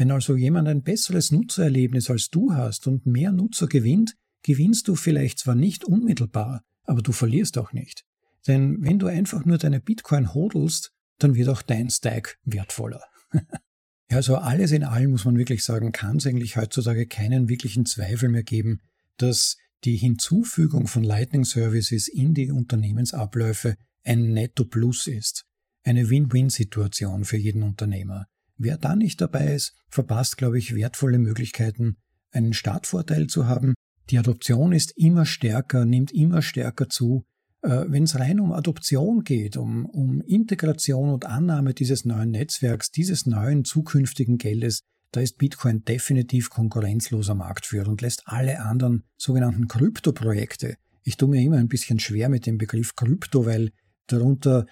Wenn also jemand ein besseres Nutzererlebnis als du hast und mehr Nutzer gewinnt, gewinnst du vielleicht zwar nicht unmittelbar, aber du verlierst auch nicht. Denn wenn du einfach nur deine Bitcoin hodelst, dann wird auch dein Stack wertvoller. Ja, also alles in allem muss man wirklich sagen, kann es eigentlich heutzutage keinen wirklichen Zweifel mehr geben, dass die Hinzufügung von Lightning Services in die Unternehmensabläufe ein Netto-Plus ist. Eine Win-Win-Situation für jeden Unternehmer. Wer da nicht dabei ist, verpasst, glaube ich, wertvolle Möglichkeiten, einen Startvorteil zu haben. Die Adoption ist immer stärker, nimmt immer stärker zu. Wenn es rein um Adoption geht, um Integration und Annahme dieses neuen Netzwerks, dieses neuen zukünftigen Geldes, da ist Bitcoin definitiv konkurrenzloser Marktführer und lässt alle anderen sogenannten Kryptoprojekte. Ich tue mir immer ein bisschen schwer mit dem Begriff Krypto, weil darunter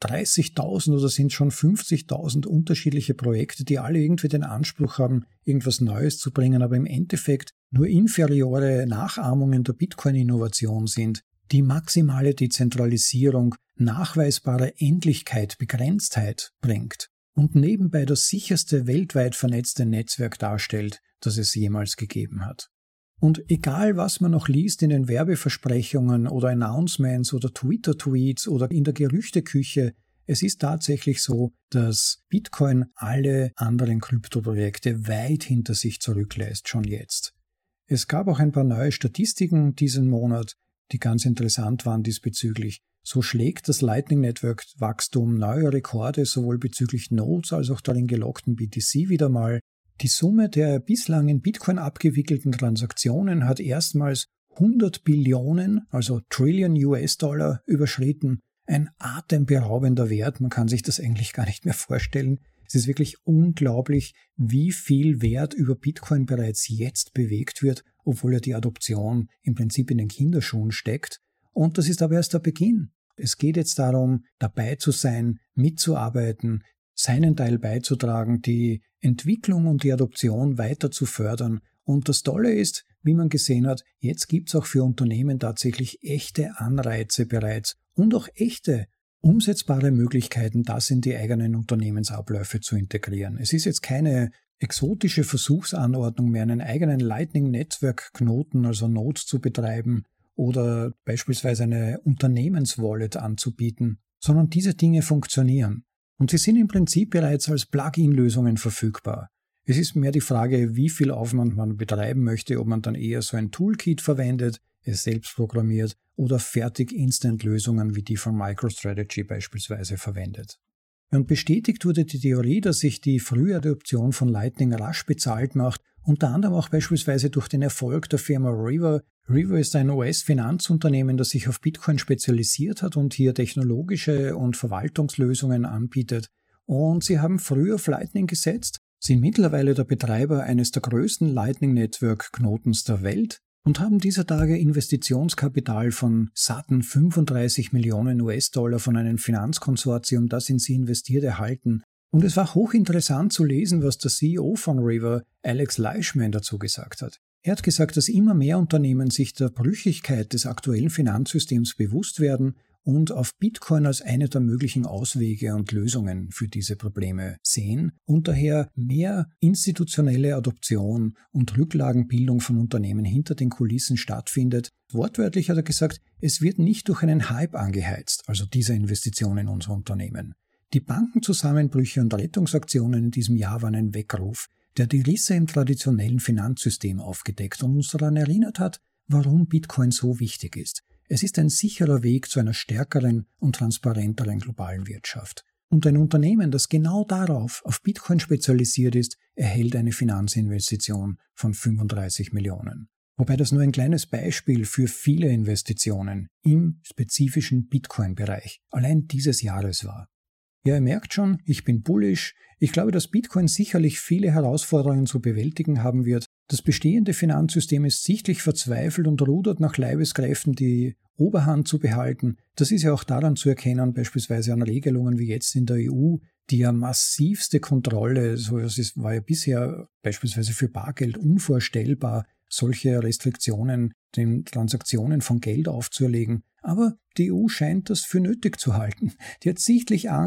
30.000 oder sind schon 50.000 unterschiedliche Projekte, die alle irgendwie den Anspruch haben, irgendwas Neues zu bringen, aber im Endeffekt nur inferiore Nachahmungen der Bitcoin-Innovation sind, die maximale Dezentralisierung, nachweisbare Endlichkeit, Begrenztheit bringt und nebenbei das sicherste weltweit vernetzte Netzwerk darstellt, das es jemals gegeben hat. Und egal, was man noch liest in den Werbeversprechungen oder Announcements oder Twitter-Tweets oder in der Gerüchteküche, es ist tatsächlich so, dass Bitcoin alle anderen Kryptoprojekte weit hinter sich zurücklässt, schon jetzt. Es gab auch ein paar neue Statistiken diesen Monat, die ganz interessant waren diesbezüglich. So schlägt das Lightning Network Wachstum neue Rekorde sowohl bezüglich Nodes als auch darin gelockten BTC wieder mal. Die Summe der bislang in Bitcoin abgewickelten Transaktionen hat erstmals 100 Billionen, also Trillion US-Dollar, überschritten. Ein atemberaubender Wert, man kann sich das eigentlich gar nicht mehr vorstellen. Es ist wirklich unglaublich, wie viel Wert über Bitcoin bereits jetzt bewegt wird, obwohl ja die Adoption im Prinzip in den Kinderschuhen steckt. Und das ist aber erst der Beginn. Es geht jetzt darum, dabei zu sein, mitzuarbeiten, seinen Teil beizutragen, die Entwicklung und die Adoption weiter zu fördern. Und das Tolle ist, wie man gesehen hat, jetzt gibt es auch für Unternehmen tatsächlich echte Anreize bereits und auch echte umsetzbare Möglichkeiten, das in die eigenen Unternehmensabläufe zu integrieren. Es ist jetzt keine exotische Versuchsanordnung mehr, einen eigenen Lightning-Netzwerk-Knoten, also Node, zu betreiben oder beispielsweise eine Unternehmenswallet anzubieten, sondern diese Dinge funktionieren. Und sie sind im Prinzip bereits als Plugin-Lösungen verfügbar. Es ist mehr die Frage, wie viel Aufwand man betreiben möchte, ob man dann eher so ein Toolkit verwendet, es selbst programmiert oder fertig Instant-Lösungen wie die von MicroStrategy beispielsweise verwendet. Und bestätigt wurde die Theorie, dass sich die frühe Adoption von Lightning rasch bezahlt macht, unter anderem auch beispielsweise durch den Erfolg der Firma River. River ist ein US-Finanzunternehmen, das sich auf Bitcoin spezialisiert hat und hier technologische und Verwaltungslösungen anbietet. Und sie haben früher auf Lightning gesetzt, sind mittlerweile der Betreiber eines der größten Lightning-Network-Knotens der Welt und haben dieser Tage Investitionskapital von satten 35 Millionen US-Dollar von einem Finanzkonsortium, das in sie investiert, erhalten. Und es war hochinteressant zu lesen, was der CEO von River, Alex Leishman, dazu gesagt hat. Er hat gesagt, dass immer mehr Unternehmen sich der Brüchigkeit des aktuellen Finanzsystems bewusst werden und auf Bitcoin als eine der möglichen Auswege und Lösungen für diese Probleme sehen und daher mehr institutionelle Adoption und Rücklagenbildung von Unternehmen hinter den Kulissen stattfindet. Wortwörtlich hat er gesagt, es wird nicht durch einen Hype angeheizt, also diese Investition in unsere Unternehmen. Die Bankenzusammenbrüche und Rettungsaktionen in diesem Jahr waren ein Weckruf, der die Risse im traditionellen Finanzsystem aufgedeckt und uns daran erinnert hat, warum Bitcoin so wichtig ist. Es ist ein sicherer Weg zu einer stärkeren und transparenteren globalen Wirtschaft. Und ein Unternehmen, das genau darauf, auf Bitcoin spezialisiert ist, erhält eine Finanzinvestition von 35 Millionen. Wobei das nur ein kleines Beispiel für viele Investitionen im spezifischen Bitcoin-Bereich allein dieses Jahres war. Ja, ihr merkt schon, ich bin bullish. Ich glaube, dass Bitcoin sicherlich viele Herausforderungen zu bewältigen haben wird. Das bestehende Finanzsystem ist sichtlich verzweifelt und rudert nach Leibeskräften, die Oberhand zu behalten. Das ist ja auch daran zu erkennen, beispielsweise an Regelungen wie jetzt in der EU, die ja massivste Kontrolle, so es war ja bisher beispielsweise für Bargeld unvorstellbar, solche Restriktionen den Transaktionen von Geld aufzuerlegen. Aber die EU scheint das für nötig zu halten. Die hat sichtlich Angst,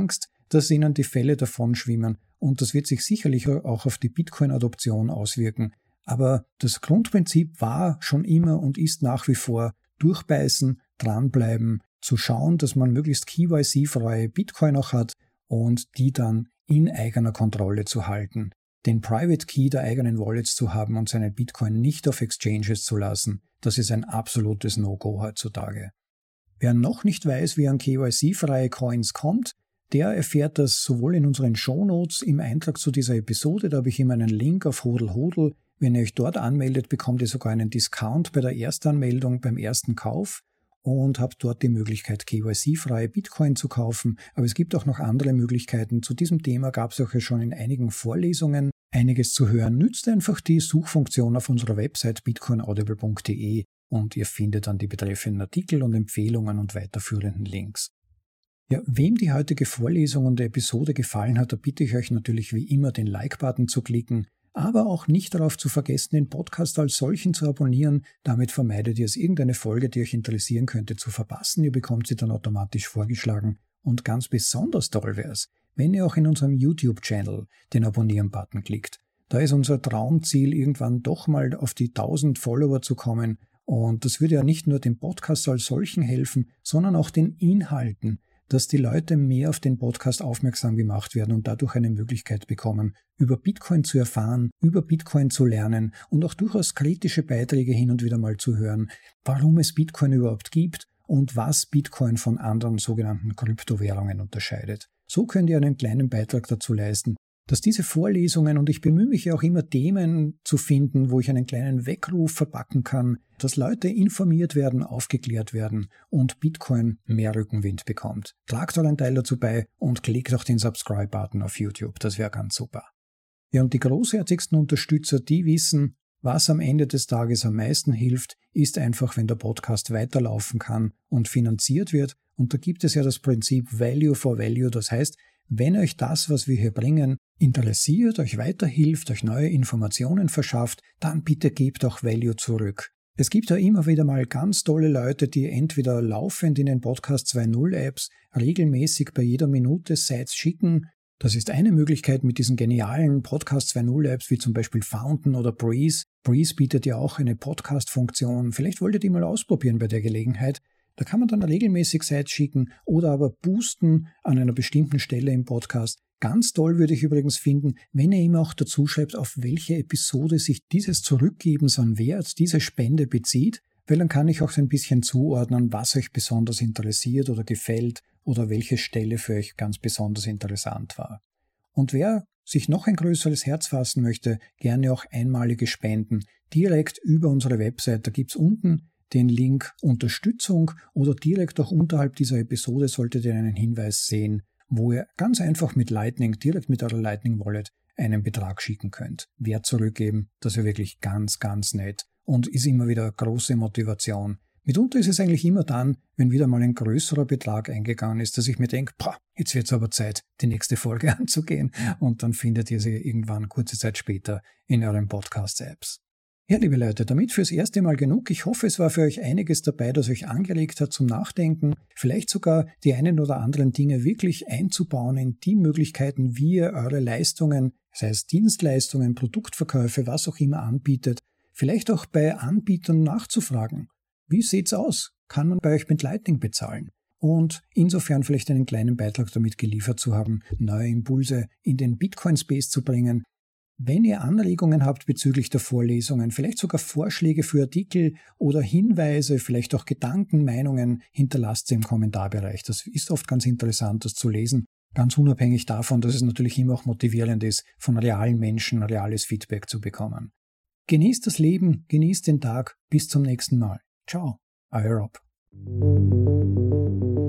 dass ihnen die Fälle davonschwimmen und das wird sich sicherlich auch auf die Bitcoin-Adoption auswirken. Aber das Grundprinzip war schon immer und ist nach wie vor durchbeißen, dranbleiben, zu schauen, dass man möglichst KYC-freie Bitcoin auch hat und die dann in eigener Kontrolle zu halten. Den Private Key der eigenen Wallets zu haben und seine Bitcoin nicht auf Exchanges zu lassen, das ist ein absolutes No-Go heutzutage. Wer noch nicht weiß, wie er an KYC-freie Coins kommt, der erfährt das sowohl in unseren Shownotes im Eintrag zu dieser Episode, da habe ich immer einen Link auf HODL. Wenn ihr euch dort anmeldet, bekommt ihr sogar einen Discount bei der Erstanmeldung beim ersten Kauf und habt dort die Möglichkeit, KYC-freie Bitcoin zu kaufen. Aber es gibt auch noch andere Möglichkeiten. Zu diesem Thema gab es auch ja schon in einigen Vorlesungen einiges zu hören. Nützt einfach die Suchfunktion auf unserer Website bitcoinaudible.de und ihr findet dann die betreffenden Artikel und Empfehlungen und weiterführenden Links. Ja, wem die heutige Vorlesung und Episode gefallen hat, da bitte ich euch natürlich wie immer den Like-Button zu klicken, aber auch nicht darauf zu vergessen, den Podcast als solchen zu abonnieren. Damit vermeidet ihr es, irgendeine Folge, die euch interessieren könnte, zu verpassen. Ihr bekommt sie dann automatisch vorgeschlagen. Und ganz besonders toll wäre es, wenn ihr auch in unserem YouTube-Channel den Abonnieren-Button klickt. Da ist unser Traumziel, irgendwann doch mal auf die 1000 Follower zu kommen. Und das würde ja nicht nur dem Podcast als solchen helfen, sondern auch den Inhalten, dass die Leute mehr auf den Podcast aufmerksam gemacht werden und dadurch eine Möglichkeit bekommen, über Bitcoin zu erfahren, über Bitcoin zu lernen und auch durchaus kritische Beiträge hin und wieder mal zu hören, warum es Bitcoin überhaupt gibt und was Bitcoin von anderen sogenannten Kryptowährungen unterscheidet. So könnt ihr einen kleinen Beitrag dazu leisten, dass diese Vorlesungen, und ich bemühe mich ja auch immer Themen zu finden, wo ich einen kleinen Weckruf verpacken kann, dass Leute informiert werden, aufgeklärt werden und Bitcoin mehr Rückenwind bekommt. Tragt euren Teil dazu bei und klickt auch den Subscribe-Button auf YouTube, das wäre ganz super. Ja, und die großherzigsten Unterstützer, die wissen, was am Ende des Tages am meisten hilft, ist einfach, wenn der Podcast weiterlaufen kann und finanziert wird. Und da gibt es ja das Prinzip Value for Value, das heißt, wenn euch das, was wir hier bringen, interessiert, euch weiterhilft, euch neue Informationen verschafft, dann bitte gebt auch Value zurück. Es gibt ja immer wieder mal ganz tolle Leute, die entweder laufend in den Podcast 2.0 Apps regelmäßig bei jeder Minute Sites schicken. Das ist eine Möglichkeit mit diesen genialen Podcast 2.0 Apps wie zum Beispiel Fountain oder Breeze. Breeze bietet ja auch eine Podcast-Funktion. Vielleicht wollt ihr die mal ausprobieren bei der Gelegenheit. Da kann man dann regelmäßig Sites schicken oder aber boosten an einer bestimmten Stelle im Podcast. Ganz toll würde ich übrigens finden, wenn ihr ihm auch dazu schreibt, auf welche Episode sich dieses Zurückgebens an Wert, diese Spende bezieht, weil dann kann ich auch so ein bisschen zuordnen, was euch besonders interessiert oder gefällt oder welche Stelle für euch ganz besonders interessant war. Und wer sich noch ein größeres Herz fassen möchte, gerne auch einmalige Spenden direkt über unsere Website. Da gibt es unten den Link Unterstützung oder direkt auch unterhalb dieser Episode solltet ihr einen Hinweis sehen, wo ihr ganz einfach mit Lightning, direkt mit eurer Lightning Wallet, einen Betrag schicken könnt. Wert zurückgeben, das ist wirklich ganz, ganz nett und ist immer wieder große Motivation. Mitunter ist es eigentlich immer dann, wenn wieder mal ein größerer Betrag eingegangen ist, dass ich mir denke, jetzt wird es aber Zeit, die nächste Folge anzugehen und dann findet ihr sie irgendwann kurze Zeit später in euren Podcast-Apps. Ja, liebe Leute, damit fürs erste Mal genug. Ich hoffe, es war für euch einiges dabei, das euch angeregt hat zum Nachdenken, vielleicht sogar die einen oder anderen Dinge wirklich einzubauen in die Möglichkeiten, wie ihr eure Leistungen, sei es Dienstleistungen, Produktverkäufe, was auch immer anbietet, vielleicht auch bei Anbietern nachzufragen. Wie sieht's aus? Kann man bei euch mit Lightning bezahlen? Und insofern vielleicht einen kleinen Beitrag damit geliefert zu haben, neue Impulse in den Bitcoin-Space zu bringen. Wenn ihr Anregungen habt bezüglich der Vorlesungen, vielleicht sogar Vorschläge für Artikel oder Hinweise, vielleicht auch Gedanken, Meinungen, hinterlasst sie im Kommentarbereich. Das ist oft ganz interessant, das zu lesen, ganz unabhängig davon, dass es natürlich immer auch motivierend ist, von realen Menschen reales Feedback zu bekommen. Genießt das Leben, genießt den Tag, bis zum nächsten Mal. Ciao, euer Rob.